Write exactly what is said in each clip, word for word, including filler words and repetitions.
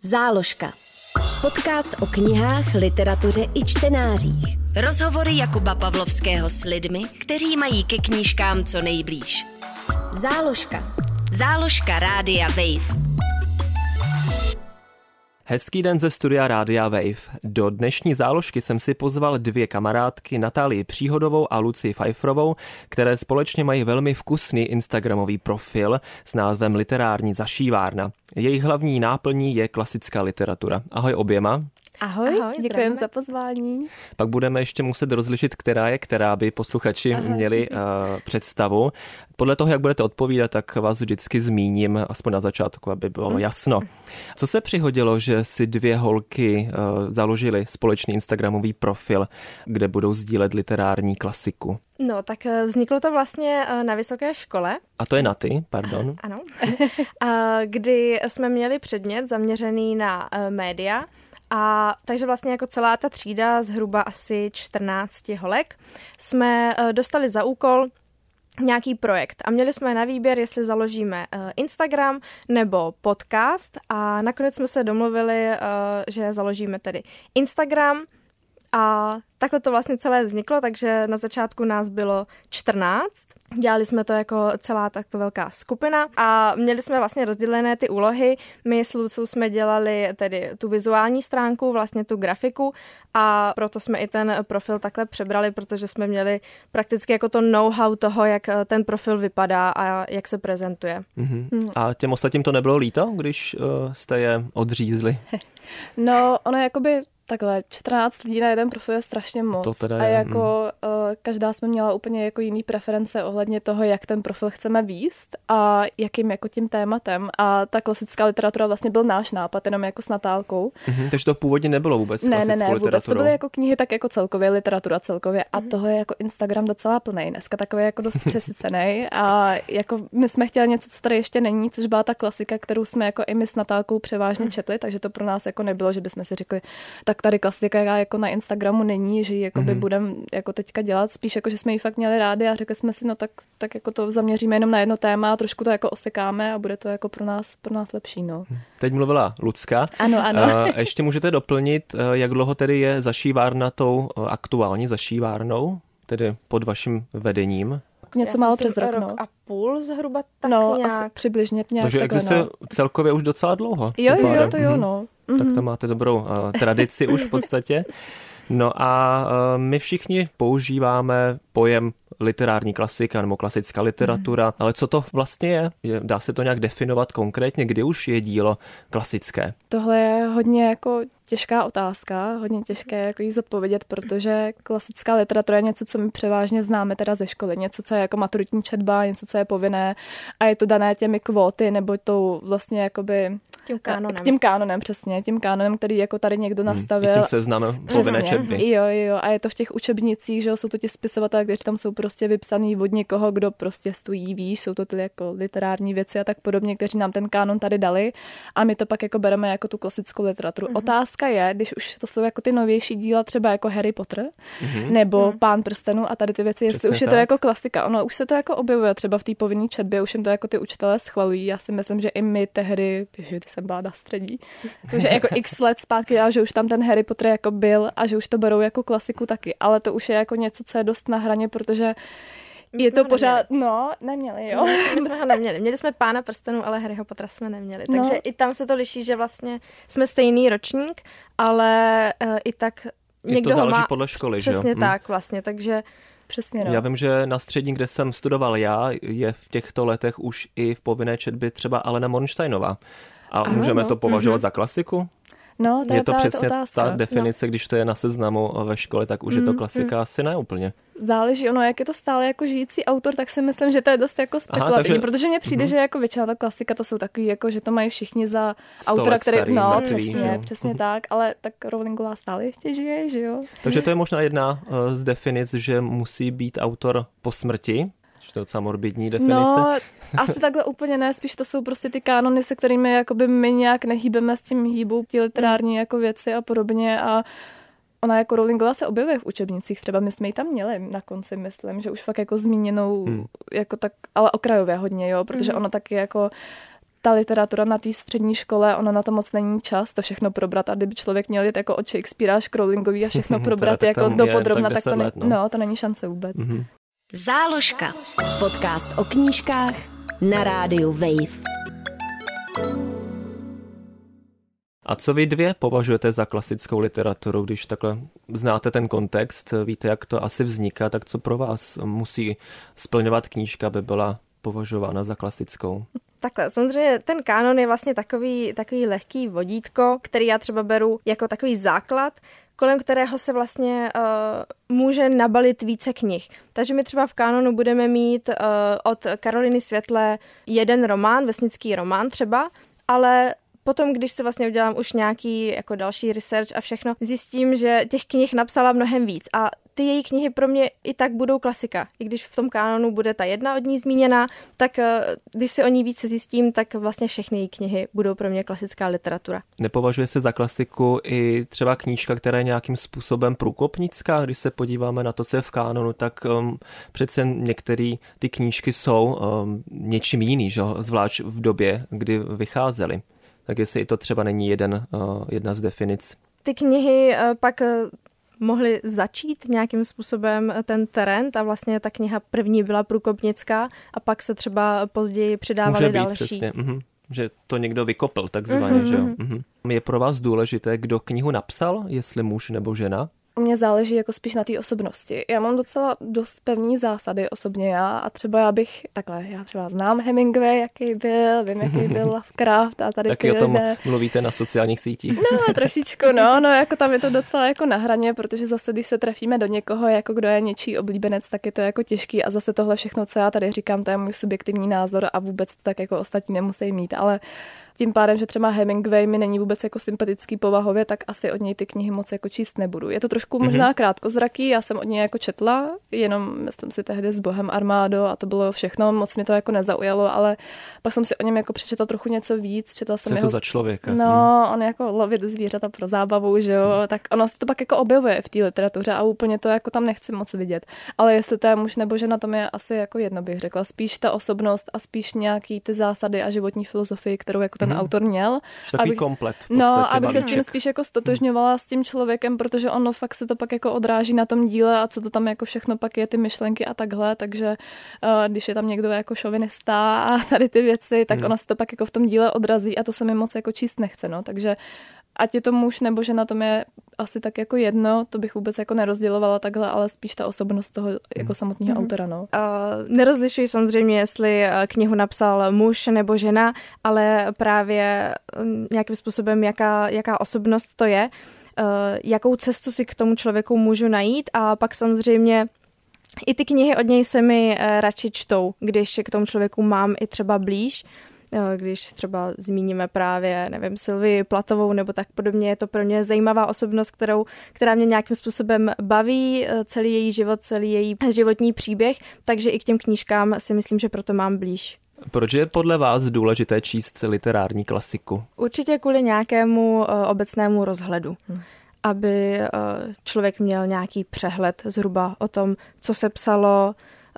Záložka. Podcast o knihách, literatuře i čtenářích. Rozhovory Jakuba Pavlovského s lidmi, kteří mají ke knížkám co nejblíž. Záložka. Záložka Rádia Wave. Hezký den ze studia Rádia Wave. Do dnešní záložky jsem si pozval dvě kamarádky, Natálii Příhodovou a Lucii Pfeifferovou, které společně mají velmi vkusný instagramový profil s názvem Literární zašívárna. Jejich hlavní náplní je klasická literatura. Ahoj oběma. Ahoj, Ahoj děkujeme za pozvání. Pak budeme ještě muset rozlišit, která je která, aby posluchači Ahoj. měli uh, představu. Podle toho, jak budete odpovídat, tak vás vždycky zmíním, aspoň na začátku, aby bylo jasno. Co se přihodilo, že si dvě holky uh, založily společný instagramový profil, kde budou sdílet literární klasiku? No, tak vzniklo to vlastně na vysoké škole. A to je na ty, pardon. Ano. Kdy jsme měli předmět zaměřený na média. A takže vlastně jako celá ta třída, zhruba asi čtrnáct holek, jsme dostali za úkol nějaký projekt a měli jsme na výběr, jestli založíme Instagram nebo podcast a nakonec jsme se domluvili, že založíme tedy Instagram a takhle to vlastně celé vzniklo, takže na začátku nás bylo čtrnáct. Dělali jsme to jako celá takto velká skupina a měli jsme vlastně rozdělené ty úlohy. My s Lucou jsme dělali tedy tu vizuální stránku, vlastně tu grafiku a proto jsme i ten profil takhle přebrali, protože jsme měli prakticky jako to know-how toho, jak ten profil vypadá a jak se prezentuje. Mm-hmm. A těm ostatním to nebylo líto, když uh, jste je odřízli? No, ono jakoby takhle, čtrnáct lidí na jeden profil je strašně moc to teda a je, jako mm. uh, každá jsme měla úplně jako jiný preference ohledně toho, jak ten profil chceme vést a jakým jako tím tématem a ta klasická literatura vlastně byl náš nápad, jenom jako s Natálkou. Mm-hmm, takže to původně nebylo vůbec ne, klasickou ne, ne, literaturou. vůbec, to byly jako knihy tak jako celkově, literatura celkově a mm. toho je jako Instagram docela plnej, dneska takový jako dost přesycenej a jako my jsme chtěli něco, co tady ještě není, což byla ta klasika, kterou jsme jako i my s Natálkou převážně mm. četli, takže to pro nás jako nebylo, že bychom si řekli, tak tady klasika jako na Instagramu není, že ji jako by budeme jako teďka dělat, spíš jako, že jsme ji fakt měli rádi a řekli jsme si, no tak, tak jako to zaměříme jenom na jedno téma a trošku to jako osekáme a bude to jako pro nás, pro nás lepší, no. Teď mluvila Lucka. Ano, ano. A ještě můžete doplnit, jak dlouho tedy je zašívárna tou aktuální zašívárnou, tedy pod vaším vedením? Něco málo přes rok, rok no. a půl zhruba tak no, nějak. asi přibližně nějak. Takže takhle, existuje no. celkově už docela dlouho. Jo, jo, jo, to jo, no. Mm-hmm. Tak to máte dobrou uh, tradici už v podstatě. No a uh, my všichni používáme pojem literární klasika nebo klasická literatura, mm. ale co to vlastně je? je? Dá se to nějak definovat konkrétně, kdy už je dílo klasické? Tohle je hodně jako těžká otázka, hodně těžké jako jí zodpovědět, protože klasická literatura je něco, co my převážně známe teda ze školy, něco, co je jako maturitní četba, něco, co je povinné a je to dané těmi kvóty nebo tou vlastně jakoby tím kánonem. Tím kánonem, přesně, tím kánonem, který jako tady někdo nastavil. I tím seznamem povinné četby. Jo, jo, a je to v těch učebnicích, že jsou to ti spisovatelé, kteří tam jsou prostě vypsaný od někoho, kdo prostě stojí výš, jsou to ty jako literární věci a tak podobně, kteří nám ten kánon tady dali a my to pak jako bereme jako tu klasickou literaturu. Mm-hmm. Otázka je, když už to jsou jako ty novější díla, třeba jako Harry Potter mm-hmm. nebo mm. Pán prstenů a tady ty věci, jestli Přesně už je tak. to jako klasika. Ono už se to jako objevuje třeba v té povinné četbě, už jim to jako ty učitelé schvalují. Já si myslím, že i my tehdy, že ty jsem byla na střední, takže jako x let zpátky, že už tam ten Harry Potter jako byl a že už to berou jako klasiku taky, ale to už je jako něco, co je dost na hraně, protože my je to pořád, neměli. no, neměli, jo. My jsme, my jsme ho neměli. Měli jsme Pána prstenů, ale Harryho Pottera jsme neměli. Takže no. i tam se to liší, že vlastně jsme stejný ročník, ale uh, i tak někdo I to záleží má podle školy, přesně že jo? Přesně tak vlastně, takže Přesně, no. Já vím, že na střední, kde jsem studoval já, je v těchto letech už i v povinné četbě třeba Alena Mornsteinová. A Aha, můžeme no. to považovat mm-hmm. za klasiku? No, to je, je to právě přesně otázka. ta definice, no. Když to je na seznamu ve škole, tak už mm, je to klasika, mm. asi ne úplně. Záleží, ono, jak je to stále jako žijící autor, tak si myslím, že to je dost jako spekulativní, protože mně přijde, mm-hmm. že jako většina ta klasika, to jsou takový, jako, že to mají všichni za autora, který, starý, no, mrtvý, přesně, přesně tak, ale tak Rowlingová stále ještě žije, že jo? Takže to je možná jedna uh, z definic, že musí být autor po smrti, že to je docela morbidní definice. No, asi takhle úplně ne, spíš to jsou prostě ty kánony, se kterými jakoby my nějak nehýbeme, s tím hýbou ty literární jako věci a podobně a ona jako Rowlingová se objevuje v učebnicích, třeba my jsme ji tam měli na konci, myslím, že už fakt jako zmíněnou, hmm. jako tak, ale okrajově hodně, jo, protože hmm. ono taky jako ta literatura na té střední škole, ono na to moc není čas to všechno probrat a kdyby člověk měl jít jako od Shakespearea až k Rowlingový a všechno probrat jako dopodrobna, tak, tak to, ne, let, no. No, to není šance vůbec. Mm-hmm. Záložka. Podcast o knížkách na rádiu Wave. A co vy dvě považujete za klasickou literaturu, když takhle znáte ten kontext, víte, jak to asi vzniká, tak co pro vás musí splňovat knížka, aby byla považována za klasickou? Takhle, samozřejmě ten kánon je vlastně takový, takový lehký vodítko, který já třeba beru jako takový základ, kolem kterého se vlastně uh, může nabalit více knih. Takže my třeba v kánonu budeme mít uh, od Karoliny Světlé jeden román, vesnický román třeba, ale potom, když se vlastně udělám už nějaký jako další research a všechno, zjistím, že těch knih napsala mnohem víc a ty její knihy pro mě i tak budou klasika. I když v tom kánonu bude ta jedna od ní zmíněná, tak když si o ní více zjistím, tak vlastně všechny její knihy budou pro mě klasická literatura. Nepovažuje se za klasiku i třeba knížka, která je nějakým způsobem průkopnická? Když se podíváme na to, co je v kánonu, tak um, přece některé ty knížky jsou um, něčím jiný, že? Zvlášť v době, kdy vycházely. Tak jestli i to třeba není jeden, uh, jedna z definic. Ty knihy uh, pak uh, mohly začít nějakým způsobem ten trend a vlastně ta kniha první byla průkopnická a pak se třeba později přidávaly Může být, další. Přesně, mhm. Že to někdo vykopl takzvaně, mm-hmm. že jo. Mhm. Je pro vás důležité, kdo knihu napsal, jestli muž nebo žena? U mě záleží jako spíš na té osobnosti. Já mám docela dost pevný zásady osobně já a třeba já bych, takhle, já třeba znám Hemingway, jaký byl, vím, jaký byl Lovecraft a tady taky ty o tom lidé. Mluvíte na sociálních sítích. No, trošičku, no, no, jako tam je to docela jako na hraně, protože zase, když se trefíme do někoho, jako kdo je něčí oblíbenec, tak je to jako těžký a zase tohle všechno, co já tady říkám, to je můj subjektivní názor a vůbec to tak jako ostatní nemusí mít, ale tím pádem, že třeba Hemingway mi není vůbec jako sympatický povahově, tak asi od něj ty knihy moc jako číst nebudu. Je to trošku mm-hmm. možná krátkozraký, já jsem od něj jako četla, jenom myslím si tehdy s Bohem Armádo a to bylo všechno, moc mi to jako nezaujalo, ale pak jsem si o něm jako přečetla trochu něco víc, četla jsem Co je jeho... to za člověka? No, on jako lovit zvířata pro zábavu, že jo, mm. tak ono se to pak jako objevuje v té literatuře a úplně to jako tam nechci moc vidět. Ale jestli to je muž nebo žena, to mi je asi jako jedno, bych řekla. Spíš ta osobnost a spíš nějaký ty zásady a životní filozofii, kterou jako ten mm. autor měl. Takový abych, komplet. V podstatě, no, abych se s tím balíček. spíš jako stotožňovala s tím člověkem, protože ono fakt se to pak jako odráží na tom díle a co to tam jako všechno pak je, ty myšlenky a takhle, takže uh, když je tam někdo jako šovinista a tady ty věci, tak mm. ono se to pak jako v tom díle odrazí a to se mi moc jako číst nechce, no, takže ať je to muž nebo žena, to mi je asi tak jako jedno, to bych vůbec jako nerozdělovala takhle, ale spíš ta osobnost toho jako samotného mm. autora, no. Uh, nerozlišuji samozřejmě, jestli knihu napsal muž nebo žena, ale právě nějakým způsobem, jaká, jaká osobnost to je, uh, jakou cestu si k tomu člověku můžu najít a pak samozřejmě i ty knihy od něj se mi uh, radši čtou, když k tomu člověku mám i třeba blíž. Když třeba zmíníme právě, nevím, Sylvii Platovou nebo tak podobně, je to pro mě zajímavá osobnost, kterou, která mě nějakým způsobem baví, celý její život, celý její životní příběh, takže i k těm knížkám si myslím, že proto mám blíž. Proč je podle vás důležité číst literární klasiku? Určitě kvůli nějakému uh, obecnému rozhledu. Hmm. Aby uh, člověk měl nějaký přehled zhruba o tom, co se psalo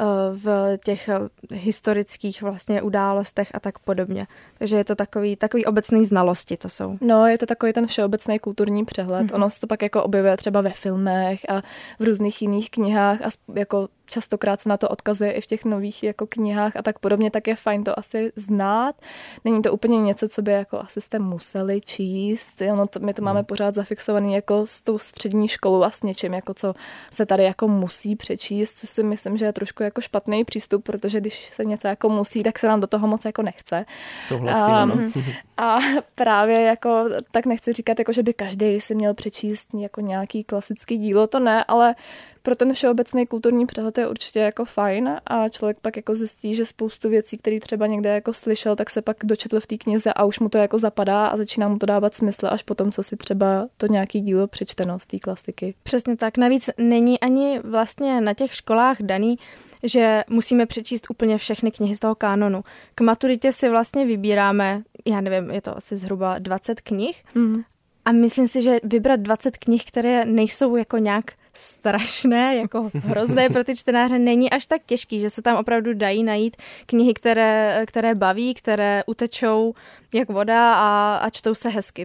v těch historických vlastně událostech a tak podobně. Takže je to takový, takový obecný znalosti to jsou. No, je to takový ten všeobecný kulturní přehled. Mm-hmm. Ono se to pak jako objevuje třeba ve filmech a v různých jiných knihách a jako častokrát se na to odkazuje i v těch nových jako knihách a tak podobně, tak je fajn to asi znát. Není to úplně něco, co by jako asi jste museli číst. Ono to, my to máme pořád zafixovaný jako s tou střední školou a s něčím, jako co se tady jako musí přečíst, co si myslím, že je trošku jako špatný přístup, protože když se něco jako musí, tak se nám do toho moc jako nechce. Souhlasím, a, ano. A právě jako, tak nechci říkat, jako, že by každý si měl přečíst jako nějaký klasický dílo, to ne, ale pro ten všeobecný kulturní přehled je určitě jako fajn a člověk pak jako zjistí, že spoustu věcí, které třeba někde jako slyšel, tak se pak dočetl v té knize a už mu to jako zapadá a začíná mu to dávat smysl až potom, co si třeba to nějaký dílo přečte, no, z té klasiky. Přesně tak. Navíc není ani vlastně na těch školách daný, že musíme přečíst úplně všechny knihy z toho kánonu. K maturitě si vlastně vybíráme, já nevím, je to asi zhruba dvacet knih, mm. a myslím si, že vybrat dvacet knih, které nejsou jako nějak strašné, jako hrozné pro ty čtenáře, není až tak těžký, že se tam opravdu dají najít knihy, které, které baví, které utečou jak voda a, a čtou se hezky.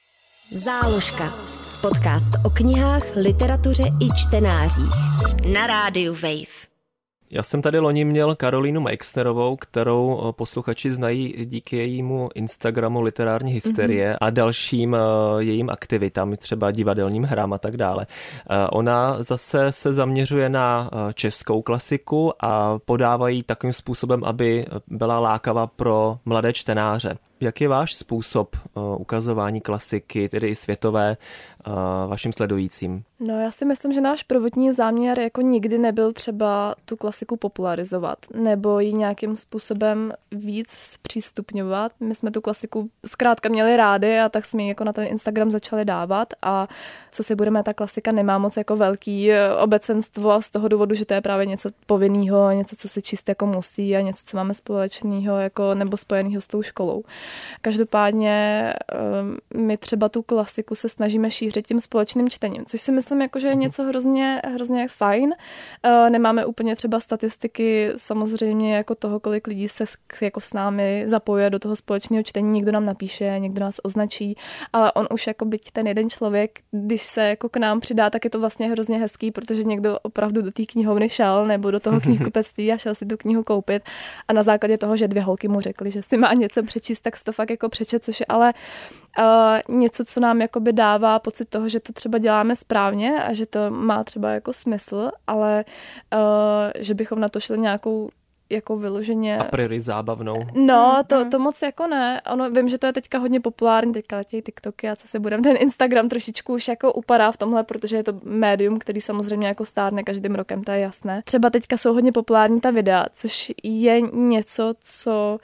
Záložka. Podcast o knihách, literatuře i čtenářích. Na rádiu Wave. Já jsem tady loni měl Karolínu Meixnerovou, kterou posluchači znají díky jejímu Instagramu Literární hysterie mm-hmm. a dalším jejím aktivitám, třeba divadelním hrám a tak dále. Ona zase se zaměřuje na českou klasiku a podává ji takovým způsobem, aby byla lákavá pro mladé čtenáře. Jak je váš způsob uh, ukazování klasiky, tedy i světové, uh, vašim sledujícím? No já si myslím, že náš prvotní záměr jako nikdy nebyl třeba tu klasiku popularizovat nebo ji nějakým způsobem víc zpřístupňovat. My jsme tu klasiku zkrátka měli rádi a tak jsme ji jako na ten Instagram začali dávat a co si budeme, ta klasika nemá moc jako velký obecenstvo z toho důvodu, že to je právě něco povinného, něco, co se číst jako musí a něco, co máme společného jako, nebo spojeného s tou školou. Každopádně my třeba tu klasiku se snažíme šířit tím společným čtením, což si myslím, jako, že je něco hrozně, hrozně fajn. Nemáme úplně třeba statistiky samozřejmě jako toho, kolik lidí se jako s námi zapojuje do toho společného čtení. Někdo nám napíše, někdo nás označí, ale on už jako byť ten jeden člověk, když se jako k nám přidá, tak je to vlastně hrozně hezký, protože někdo opravdu do té knihovny šel nebo do toho knihkupectví a šel si tu knihu koupit a na základě toho, že dvě holky mu řekly, že si má něco přečíst, tak to fakt jako přečet, což je ale uh, něco, co nám jakoby dává pocit toho, že to třeba děláme správně a že to má třeba jako smysl, ale uh, že bychom na to šli nějakou jako vyloženě... A priori zábavnou. No, to, to moc jako ne. Ono, vím, že to je teďka hodně populární, teďka letějí TikToky a co se budeme, ten Instagram trošičku už jako upadá v tomhle, protože je to médium, který samozřejmě jako stárne každým rokem, to je jasné. Třeba teďka jsou hodně populární ta videa, což je něco, co...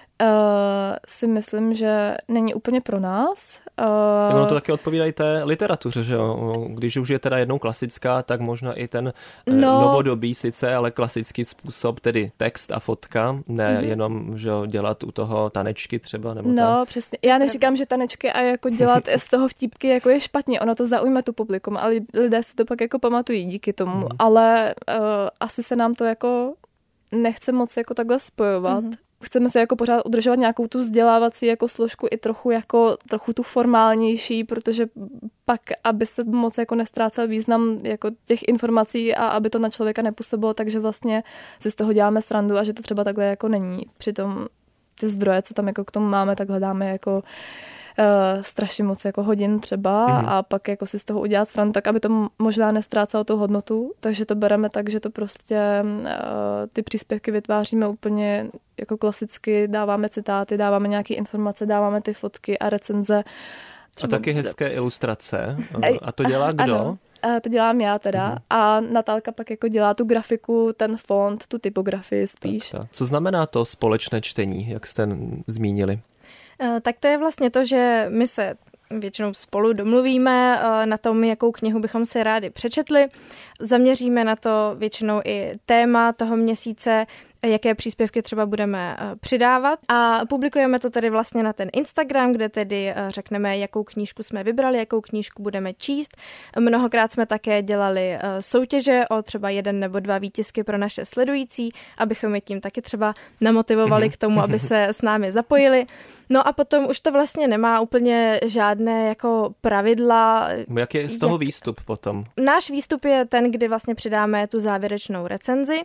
Uh, si myslím, že není úplně pro nás. Uh, tak ono to taky odpovídají té literatuře, že jo? Když už je teda jednou klasická, tak možná i ten no, novodobý sice, ale klasický způsob, tedy text a fotka, ne mm-hmm. jenom, že jo, dělat u toho tanečky třeba, nebo No, tak. přesně. Já neříkám, že tanečky a jako dělat z toho vtípky jako je špatně, ono to zaujme tu publikum, ale lidé si to pak jako pamatují díky tomu, mm. ale uh, asi se nám to jako nechce moc jako takhle spojovat. Mm. Chceme se jako pořád udržovat nějakou tu vzdělávací jako složku i trochu jako trochu tu formálnější, protože pak, aby se moc jako nestrácel význam jako těch informací a aby to na člověka nepůsobilo, takže vlastně si z toho děláme srandu a že to třeba takhle jako není. Přitom ty zdroje, co tam jako k tomu máme, tak hledáme jako Uh, strašně moc jako hodin třeba mm. a pak jako si z toho udělat stranu, tak aby to možná nestrácelo tu hodnotu, takže to bereme tak, že to prostě uh, ty příspěvky vytváříme úplně jako klasicky, dáváme citáty, dáváme nějaké informace, dáváme ty fotky a recenze. Třeba... A taky hezké ilustrace. A to dělá kdo? Ano. A to dělám já teda. Mm-hmm. A Natálka pak jako dělá tu grafiku, ten font, tu typografii spíš. Tak, tak. Co znamená to společné čtení, jak jste zmínili? Tak to je vlastně to, že my se většinou spolu domluvíme na tom, jakou knihu bychom si rádi přečetli. Zaměříme na to většinou i téma toho měsíce, jaké příspěvky třeba budeme přidávat a publikujeme to tedy vlastně na ten Instagram, kde tedy řekneme, jakou knížku jsme vybrali, jakou knížku budeme číst. Mnohokrát jsme také dělali soutěže o třeba jeden nebo dva výtisky pro naše sledující, abychom je tím taky třeba namotivovali k tomu, aby se s námi zapojili. No a potom už to vlastně nemá úplně žádné jako pravidla. Jak je z toho jak... výstup potom? Náš výstup je ten, kdy vlastně přidáme tu závěrečnou recenzi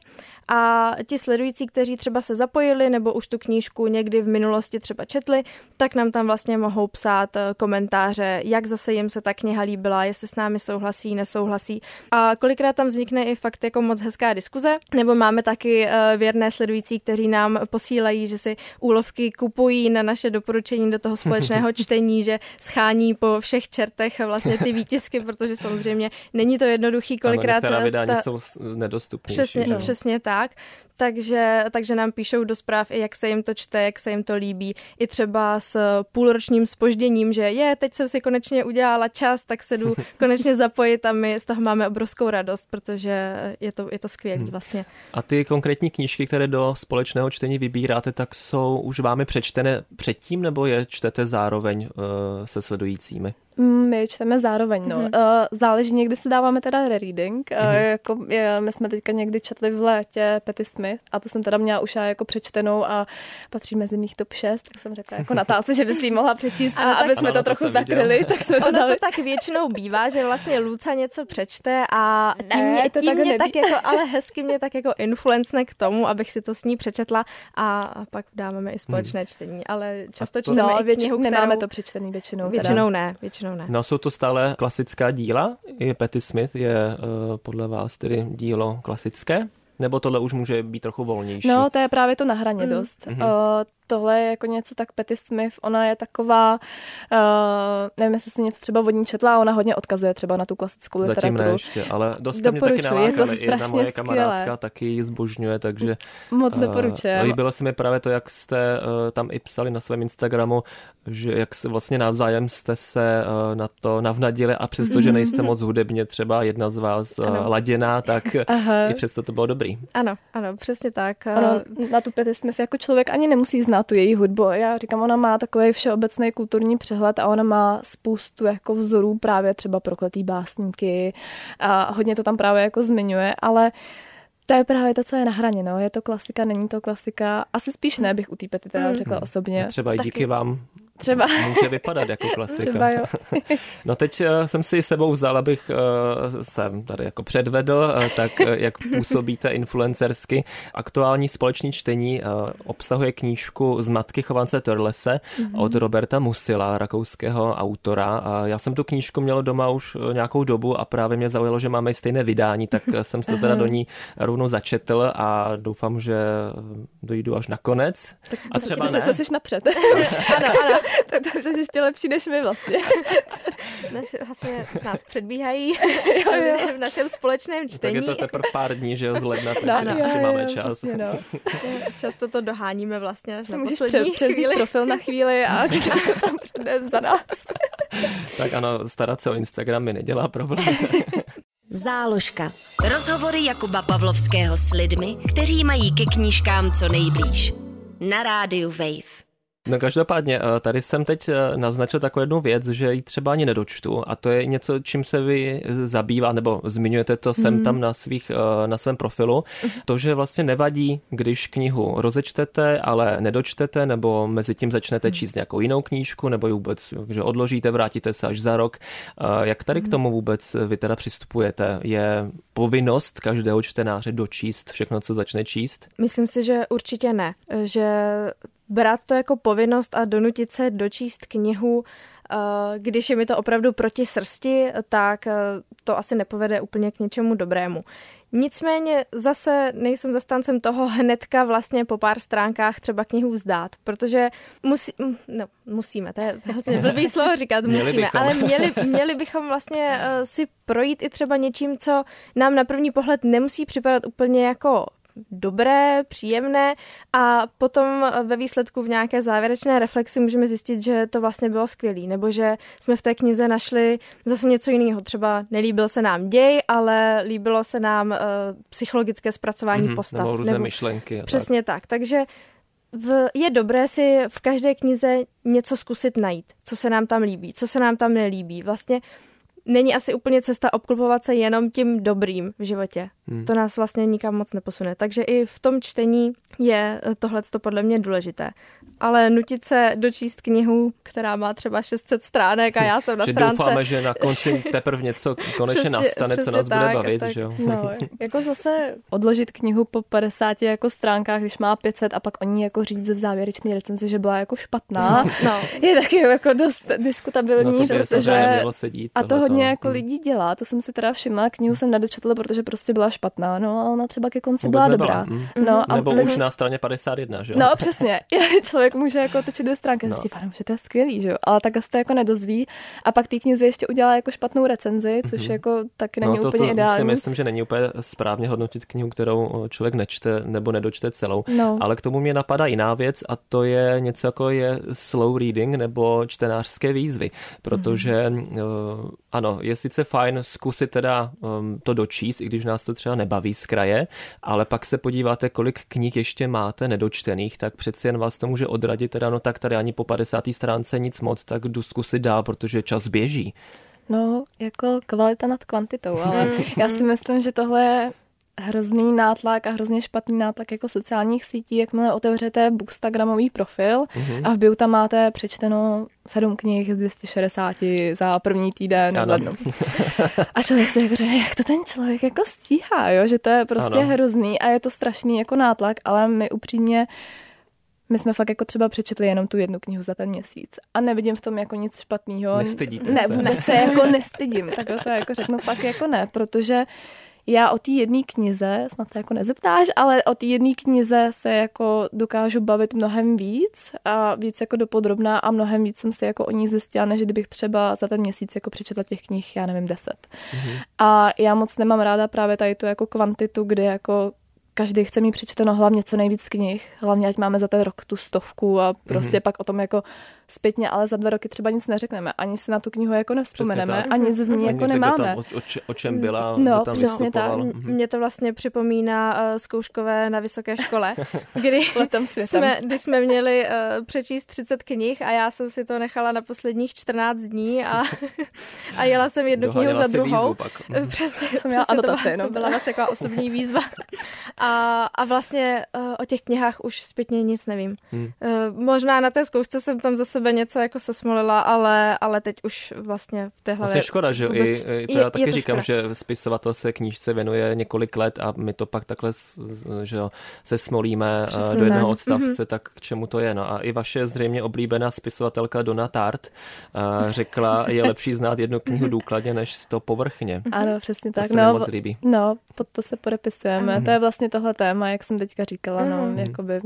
a ti sledující, kteří třeba se zapojili nebo už tu knížku někdy v minulosti třeba četli, tak nám tam vlastně mohou psát komentáře, jak zase jim se ta kniha líbila, jestli s námi souhlasí, nesouhlasí. A kolikrát tam vznikne i fakt jako moc hezká diskuze, nebo máme taky věrné sledující, kteří nám posílají, že si úlovky kupují na naše doporučení do toho společného čtení, že schání po všech čertech vlastně ty výtisky, protože samozřejmě není to jednoduchý, kolikrát... Ano, některá vydání ta... jsou nedostupnější. Přesně, no. přesně tak. Takže, takže nám píšou do zpráv i jak se jim to čte, jak se jim to líbí. I třeba s půlročním zpožděním, že je, teď jsem si konečně udělala čas, tak se jdu konečně zapojit a my z toho máme obrovskou radost, protože je to, je to skvělý vlastně. A ty konkrétní knížky, které do společného čtení vybíráte, tak jsou už vámi přečtené předtím, nebo je čtete zároveň uh, se sledujícími? My čteme zároveň, no. Mm-hmm. Záleží, někdy si dáváme teda rereading. Mm-hmm. Jako, my jsme teďka někdy četli v létě Patti Smith a tu jsem teda měla už jako přečtenou a patří mezi mých top šest, tak jsem řekla jako Natálce, že by si ji mohla přečíst a ano, aby jsme ano, to, to trochu zakryli, tak jsme to ono dali. To tak většinou bývá, že vlastně Luca něco přečte a tím ne, mě, tím mě tak jako, ale hezky mě tak jako influencne k tomu, abych si to s ní přečetla a pak dáváme i společné hmm. čtení, ale často čteme no, i knihu, kterou... Nemáme to přečtený většinou. Většinou ne, většinou ne. No jsou to stále klasická díla? I Patti Smith je uh, podle vás tedy dílo klasické? Nebo tohle už může být trochu volnější? No, to je právě to na hraně mm. dost. Mm-hmm. Uh, tohle je jako něco tak Patti Smith, ona je taková, uh, nevím, jestli jsi něco třeba od ní četla, ona hodně odkazuje třeba na tu klasickou literaturu. Zatím ne ještě, ale dost mě taky nalákali. Jedna moje kamarádka skvělé. Taky ji zbožňuje, takže moc doporučuji. Uh, líbilo se mi právě to, jak jste uh, tam i psali na svém Instagramu, že jak se vlastně navzájem jste se uh, na to navnadili a přesto, že nejste moc hudebně třeba jedna z vás uh, laděná, tak i přesto to bylo dobrý. Ano, ano, přesně tak. Ono, na tu Patti Smith jako člověk ani nemusí znát tu její hudbu. Já říkám, ona má takový všeobecný kulturní přehled a ona má spoustu jako vzorů právě třeba Prokletý básníky a hodně to tam právě jako zmiňuje, ale to je právě to, co je na hraně, no. Je to klasika, není to klasika. Asi spíš ne, bych u té Patti teda řekla osobně. Třeba i díky Taky. vám Třeba. může vypadat jako klasika. Třeba jo. No teď uh, jsem si sebou vzal, abych uh, jsem tady jako předvedl, uh, tak uh, jak působíte influencersky. Aktuální společné čtení uh, obsahuje knížku Zmatky Chovance Törlese mm-hmm. od Roberta Musila, rakouského autora. A já jsem tu knížku měl doma už nějakou dobu a právě mě zaujalo, že máme stejné vydání, tak jsem se to teda do ní rovnou začetl a doufám, že dojdu až na konec. Tak a třeba to, ne. To jsi napřed. Ano, ano. Tak to jsi ještě lepší než my vlastně. Naši, vlastně nás předbíhají jo, jo. v našem společném čtení. Tak je to teprve pár dní, že jo, z ledna, takže no, no. ještě jo, máme jo, čas. Přesně, no. Často to doháníme vlastně až na musíš poslední před, chvíli. profil na chvíli a když to tam přednes za nás. Tak ano, starat se o Instagram mi nedělá problém. Záložka. Rozhovory Jakuba Pavlovského s lidmi, kteří mají ke knížkám co nejblíž. Na rádiu Wave. No každopádně, tady jsem teď naznačil takovou jednu věc, že ji třeba ani nedočtu a to je něco, čím se vy zabývá, nebo zmiňujete to sem tam na, svých, na svém profilu, to, že vlastně nevadí, když knihu rozečtete, ale nedočtete, nebo mezi tím začnete číst nějakou jinou knížku, nebo ji vůbec že odložíte, vrátíte se až za rok. Jak tady k tomu vůbec vy teda přistupujete? Je povinnost každého čtenáře dočíst všechno, co začne číst? Myslím si, že určitě ne, že brát to jako povinnost a donutit se dočíst knihu, když je mi to opravdu proti srsti, tak to asi nepovede úplně k něčemu dobrému. Nicméně zase nejsem zastáncem toho hnedka vlastně po pár stránkách třeba knihu vzdát, protože musí, no, musíme, to je vlastně blbý slovo říkat, měli musíme, bychom. ale měli, měli bychom vlastně si projít i třeba něčím, co nám na první pohled nemusí připadat úplně jako dobré, příjemné a potom ve výsledku v nějaké závěrečné reflexi můžeme zjistit, že to vlastně bylo skvělý, nebo že jsme v té knize našli zase něco jiného. Třeba nelíbil se nám děj, ale líbilo se nám uh, psychologické zpracování mm-hmm, postav. Nebo různé nebo myšlenky. Přesně tak. tak. Takže v, je dobré si v každé knize něco zkusit najít, co se nám tam líbí, co se nám tam nelíbí. Vlastně není asi úplně cesta obklopovat se jenom tím dobrým v životě. Hmm. To nás vlastně nikam moc neposune. Takže i v tom čtení je tohleto podle mě důležité. Ale nutit se dočíst knihu, která má třeba šest set stránek a já jsem na že stránce... doufáme, že na konci teprve něco konečně přesně, nastane, přesně co nás tak, bude bavit. tak, že jo? No, jako zase odložit knihu po padesáti jako stránkách, když má pět set a pak o ní jako říct v závěrečné recenzi, že byla jako špatná, no. je taky jako dost diskutabilní. No to protože sedít, a to hodně to, jako hmm. lidí dělá, to jsem si teda všimla, knihu jsem nedočetla, protože prostě byla špatná, no a ona třeba ke konci vůbec byla nebyla. dobrá. Hmm. No, a nebo lidi... už na straně padesát jedna, že jo? No přesně, člověk může jako točit dvě stránky, no. Zjistí, že to je skvělý, že jo, ale tak se to jako nedozví a pak té knize ještě udělá jako špatnou recenzi, což mm-hmm. jako taky není no, to, úplně to ideální. Si myslím, že není úplně správně hodnotit knihu, kterou člověk nečte nebo nedočte celou, no. Ale k tomu mě napadá jiná věc a to je něco jako je slow reading nebo čtenářské výzvy, protože mm-hmm. uh, ano, ano, je sice fajn zkusit teda um, to dočíst, i když nás to třeba nebaví z kraje, ale pak se podíváte, kolik knih ještě máte nedočtených, tak přeci jen vás to může odradit, teda no tak tady ani po padesáté stránce nic moc, tak jdu zkusit dál, protože čas běží. No, jako kvalita nad kvantitou, ale já si myslím, že tohle je hrozný nátlak a hrozně špatný nátlak jako sociálních sítí, jakmile otevřete bookstagramový profil mm-hmm. a v bio tam máte přečteno sedm knih z dvě stě šedesát za první týden v lednu. A člověk si jako řekne, jak to ten člověk jako stíhá, jo? Že to je prostě ano. hrozný a je to strašný jako nátlak, ale my upřímně my jsme fakt jako třeba přečetli jenom tu jednu knihu za ten měsíc a nevidím v tom jako nic špatného. Nestydíte ne, se? Ne, vůbec se jako nestydím, takhle to jako řeknu fakt jako ne, protože já o té jedné knize, snad se jako nezeptáš, ale o té jedné knize se jako dokážu bavit mnohem víc a víc jako dopodrobná a mnohem víc jsem si jako o ní zjistila, než kdybych třeba za ten měsíc jako přečetla těch knih, já nevím, deset. Mm-hmm. A já moc nemám ráda právě tady tu jako kvantitu, kdy jako každý chce mít přečteno hlavně co nejvíc knih, hlavně ať máme za ten rok tu stovku a prostě mm-hmm. pak o tom jako zpětně, ale za dva roky třeba nic neřekneme, ani si na tu knihu jako nevzpomeneme, ani z ní jako nemáme. O, o čem byla, no, tam přesně tak. Mně to vlastně připomíná uh, zkouškové na vysoké škole, kdy jsme, když jsme měli uh, přečíst třicet knih a já jsem si to nechala na posledních čtrnáct dní a, a jela jsem jednu knihu za druhou. Přesně, jsem měla anotaci, to, no. to byla vlastně taková osobní výzva. A, a vlastně uh, o těch knihách už zpětně nic nevím. Hmm. Uh, možná na té zkoušce jsem tam za sebe něco jako sesmolila, ale, ale teď už vlastně v téhle... Vlastně škoda, že vůbec, i, to já taky říkám, škoda. Že spisovatel se knížce věnuje několik let a my to pak takhle že jo, se smolíme Přesně. do jednoho odstavce, mm-hmm. tak k čemu to je. No a i vaše zřejmě oblíbená spisovatelka Donna Tartt uh, řekla, je lepší znát jednu knihu důkladně, než sto povrchně. Ano, přesně tak. To se mi no, moc líbí. No, pod to se podepisujeme. Mm-hmm. To je vlastně tohle téma, jak jsem teďka říkala, no, mm-hmm. jakoby...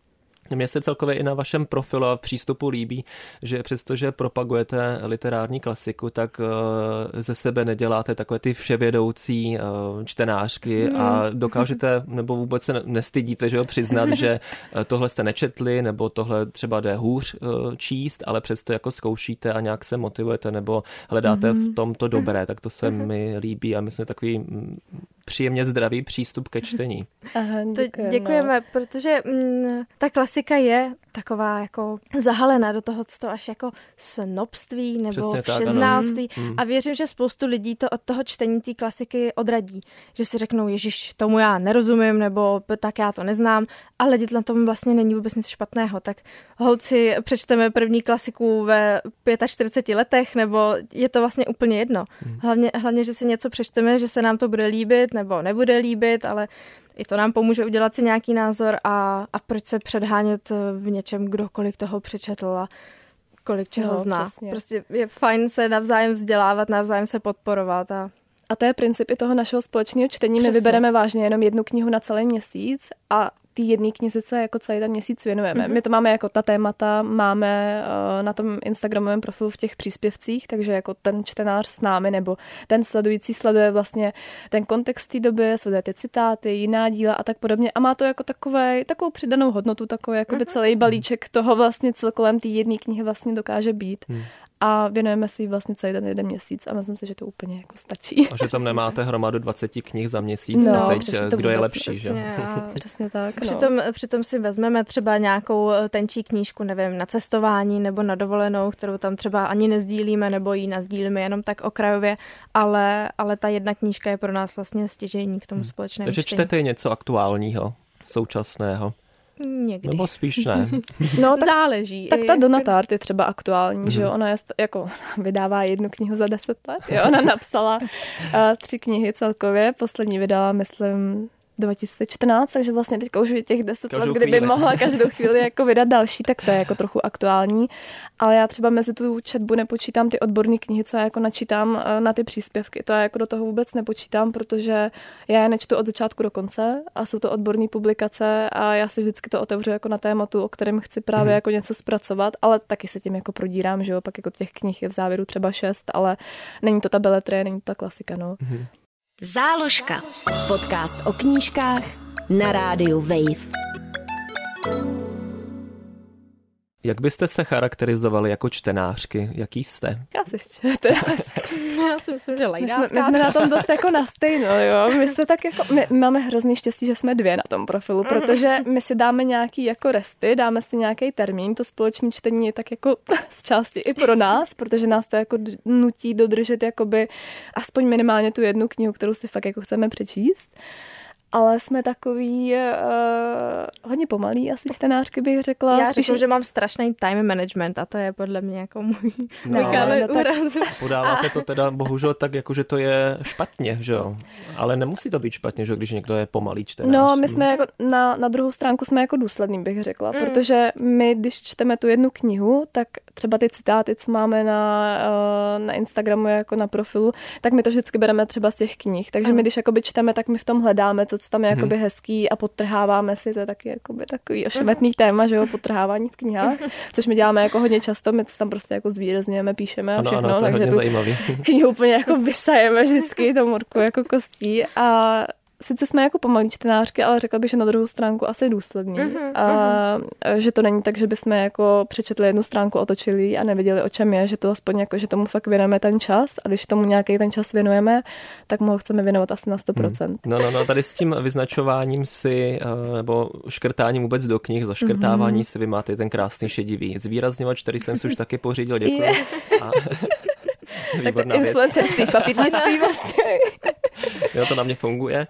Mně se celkově i na vašem profilu a přístupu líbí, že přestože propagujete literární klasiku, tak ze sebe neděláte takové ty vševědoucí čtenářky a dokážete, nebo vůbec se nestydíte, že jo, přiznat, že tohle jste nečetli, nebo tohle třeba jde hůř číst, ale přesto jako zkoušíte a nějak se motivujete, nebo hledáte v tom to dobré, tak to se mi líbí a myslím takový příjemně zdravý přístup ke čtení. Aha, děkujeme, děkujeme no. protože mm, ta klasika je taková jako zahalená do toho, co to až jako snobství nebo Přesně všeznalství tak, a věřím, že spoustu lidí to od toho čtení té klasiky odradí, že si řeknou, ježiš, tomu já nerozumím, nebo tak já to neznám, ale na tom vlastně není vůbec nic špatného, tak holci přečteme první klasiku ve čtyřiceti pěti letech, nebo je to vlastně úplně jedno. Hlavně, hlavně, že si něco přečteme, že se nám to bude líbit, nebo nebude líbit, ale i to nám pomůže udělat si nějaký názor a, a proč se předhánět v něčem, kdokoliv toho přečetl a kolik čeho no, zná. Přesně. Prostě je fajn se navzájem vzdělávat, navzájem se podporovat. A, a to je princip i toho našeho společného čtení. Přesně. My vybereme vážně jenom jednu knihu na celý měsíc a ty jedné knize se jako celý ten měsíc věnujeme. Mm-hmm. My to máme jako ta témata, máme uh, na tom instagramovém profilu v těch příspěvcích, takže jako ten čtenář s námi nebo ten sledující sleduje vlastně ten kontext té doby, sleduje ty citáty, jiná díla a tak podobně a má to jako takové, takovou přidanou hodnotu, takový jakoby mm-hmm. celý balíček toho vlastně, co kolem té jedné knihy vlastně dokáže být. Mm. A věnujeme si vlastně celý ten jeden měsíc a myslím si, že to úplně jako stačí. A že tam nemáte hromadu dvacet knih za měsíc, no, teď kdo je lepší, přesně, že? A přesně tak. No. Přitom, přitom si vezmeme třeba nějakou tenčí knížku, nevím, na cestování nebo na dovolenou, kterou tam třeba ani nezdílíme nebo ji nazdílíme jenom tak okrajově, ale, ale ta jedna knížka je pro nás vlastně stěžejní k tomu společnému Takže čtení. čtete něco aktuálního, současného? Někdy. Nebo spíš ne. No, tak, záleží. Tak ta Donna Tartt je třeba aktuální, mm-hmm. že jo, ona je jako vydává jednu knihu za deset let, jo, ona napsala uh, tři knihy celkově, poslední vydala, myslím, dva tisíce čtrnáct, takže vlastně teďka už je těch deset let, kdyby chvíli. mohla každou chvíli jako vydat další, tak to je jako trochu aktuální. Ale já třeba mezi tu četbu nepočítám ty odborné knihy, co já jako načítám na ty příspěvky. To já jako do toho vůbec nepočítám, protože já je nečtu od začátku do konce a jsou to odborné publikace a já si vždycky to otevřu jako na tématu, o kterém chci právě hmm. jako něco zpracovat, ale taky se tím jako prodírám, že jo, pak jako těch knih je v závěru třeba šest, ale není to ta beletrie, není to ta klasika, no. Hmm. Záložka. Podcast o knížkách na rádiu Wave. Jak byste se charakterizovali jako čtenářky? Jaký jste? Já si čtenářka. Já si myslím, že lajdácká. My jsme, my jsme na tom dost jako na stejno, jo. My, se tak jako, my máme hrozný štěstí, že jsme dvě na tom profilu, protože my si dáme nějaký jako resty, dáme si nějaký termín, to společné čtení je tak jako z části i pro nás, protože nás to jako nutí dodržet jakoby aspoň minimálně tu jednu knihu, kterou si fakt jako chceme přečíst. Ale jsme takový uh, hodně pomalý, asi čtenářky bych řekla. Já Spíš... řeknu, že mám strašný time management a to je podle mě jako můj, no, můj kámen no, úrazu. Podáváte a... to teda bohužel tak, jako, že to je špatně, že jo? Ale nemusí to být špatně, že když někdo je pomalý čtenář. No, my jsme jako na, na druhou stránku jsme jako důsledný, bych řekla, mm. protože my, když čteme tu jednu knihu, tak třeba ty citáty, co máme na, uh, na Instagramu jako na profilu, tak my to vždycky bereme třeba z těch knih. Takže mm. my, když jakoby čteme, tak my v tom hledáme to, co tam je jakoby hezký a podtrháváme si, to je taky jakoby takový ošemetný téma, že jo, podtrhávání v knihách, což my děláme jako hodně často, my to tam prostě jako zvýrazňujeme, píšeme a všechno, ano, ano, to je takže hodně zajímavý. Knihu úplně jako vysajeme vždycky to morku jako kostí a sice jsme jako pomalý čtenářky, ale řekla bych, že na druhou stránku asi důslední. Mm-hmm, a mm-hmm. že to není tak, že bychom jako přečetli jednu stránku, otočili a nevěděli, o čem je, že to aspoň jako, že tomu fakt věnujeme ten čas a když tomu nějaký ten čas věnujeme, tak mu ho chceme věnovat asi na sto procent. Mm. No, no, no, tady s tím vyznačováním si nebo škrtáním vůbec do knih, zaškrtávání mm-hmm. si vy máte ten krásný šedivý zvýrazňovač, který jsem si už taky pořídil, děkuji. A... Výborná tak influencerství v papírnictví vlastně. Jo, to na mě funguje.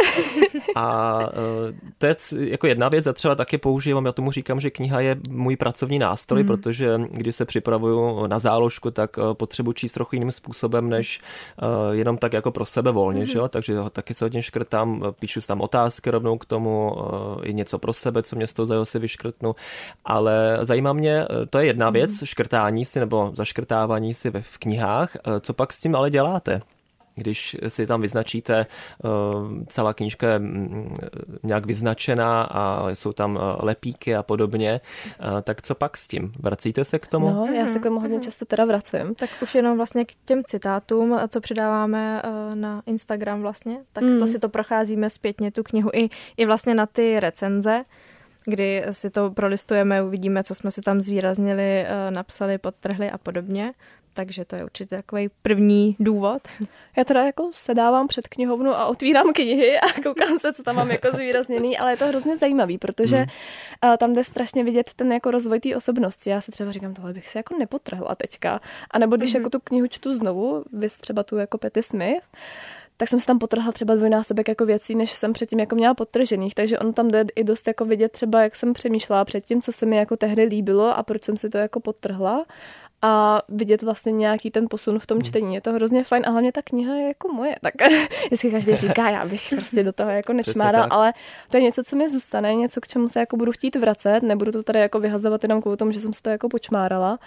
A to je jako jedna věc, a třeba taky používám, já tomu říkám, že kniha je můj pracovní nástroj, mm. protože když se připravuju na záložku, tak potřebuji číst trochu jiným způsobem, než jenom tak jako pro sebe volně, mm. že jo? Takže taky se hodně škrtám, píšu si tam otázky rovnou k tomu, i něco pro sebe, co mě z toho zajel si vyškrtnu, ale zajímá mě, to je jedna věc, mm. škrtání si nebo zaškrtávání si v knihách, co pak s tím ale děláte? Když si tam vyznačíte, celá knížka je nějak vyznačená a jsou tam lepíky a podobně, tak co pak s tím? Vracíte se k tomu? No, já se k tomu hodně často teda vracím. Tak už jenom vlastně k těm citátům, co přidáváme na Instagram vlastně, tak mm. to si to procházíme zpětně, tu knihu, i, i vlastně na ty recenze, kdy si to prolistujeme, uvidíme, co jsme si tam zvýraznili, napsali, podtrhli a podobně. Takže to je určitě takový první důvod. Já teda jako sedávám před knihovnu a otvírám knihy a koukám se, co tam mám jako zvýrazněný, ale je to hrozně zajímavý, protože hmm. tam jde strašně vidět ten jako rozvoj té osobnosti. Já si třeba říkám, tohle bych se jako nepotrhla teďka. A nebo když hmm. jako tu knihu čtu znovu, vys třeba tu jako Patti Smith, tak jsem si tam potrhla třeba dvojnásobek jako věcí, než jsem předtím jako měla podtržených, takže on tam jde i dost jako vidět třeba, jak jsem přemýšlela předtím, co se mi jako tehdy líbilo a proč jsem si to jako podtrhla. A vidět vlastně nějaký ten posun v tom čtení. Je to hrozně fajn a hlavně ta kniha je jako moje. Tak vždycky každý říká, já bych prostě do toho jako nečmádal, ale to je něco, co mi zůstane, něco, k čemu se jako budu chtít vracet. Nebudu to tady jako vyhazovat jenom kvůli tomu, že jsem se to jako počmárala.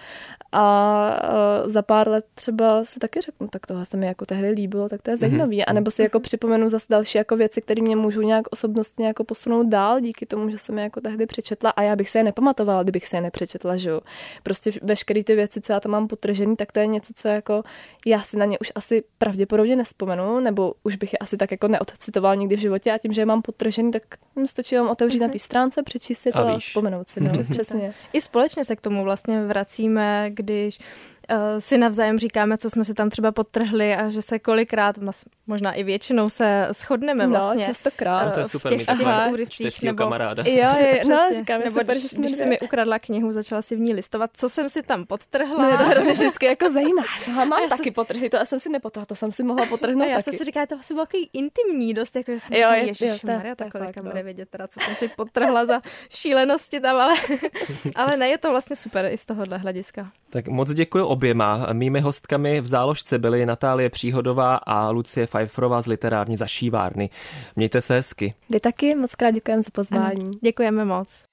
A za pár let třeba si taky řeknu, tak tohle se mi jako tehdy líbilo, tak to je zajímavý. Mm-hmm. A nebo si jako připomenu zase další jako věci, které mě můžou nějak osobnostně jako posunout dál díky tomu, že jsem je jako tehdy přečetla a já bych se je nepamatovala, kdybych se je nepřečetla, že jo. Prostě veškeré ty věci, co já tam mám potržený, tak to je něco, co jako já si na ně už asi pravděpodobně nespomenu, nebo už bych je asi tak jako neodcitoval nikdy v životě a tím, že je mám potržený, tak mi stačí jenom otevřít mm-hmm. na té stránce, přečíst si to a, a vzpomenout si. No, mm-hmm. Přesně. I společně se k tomu vlastně vracíme, když uh, si navzájem říkáme, co jsme si tam třeba podtrhli a že se kolikrát, možná i většinou se shodneme vlastně. No, častokrát. No, to je super, v těch, těch úryvcích, nebo kamaráda. Jo, je, no, říkám, nebo super, když, když si mi ukradla knihu, začala si v ní listovat, co jsem si tam podtrhla. No, je to hrozně vždycky jako zajímá. Já mám já taky jsem... potrhli, to já jsem si nepotrhla, to jsem si mohla potrhnout já taky. jsem si říkala, to asi bylo takový intimní dost, jako že jsem jo, říkala, je, ježišmarja, takhle kam bude vědět teda, co jsem si podtrhla za šílenosti tam, ale, ale ne, je to vlastně super i z tohohle hlediska. Tak moc děkuji oběma. Mými hostkami v záložce byly Natálie Příhodová a Lucie Pfeifferová z literární zašívárny. Mějte se hezky. Vy taky, moc krát děkujeme za pozvání. Ano, děkujeme moc.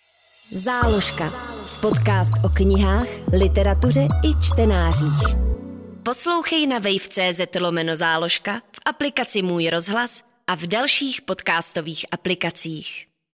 Záložka. Podcast o knihách, literatuře i čtenářích. Poslouchej na wave tečka cé zet lomeno záložka, v aplikaci Můj rozhlas a v dalších podcastových aplikacích.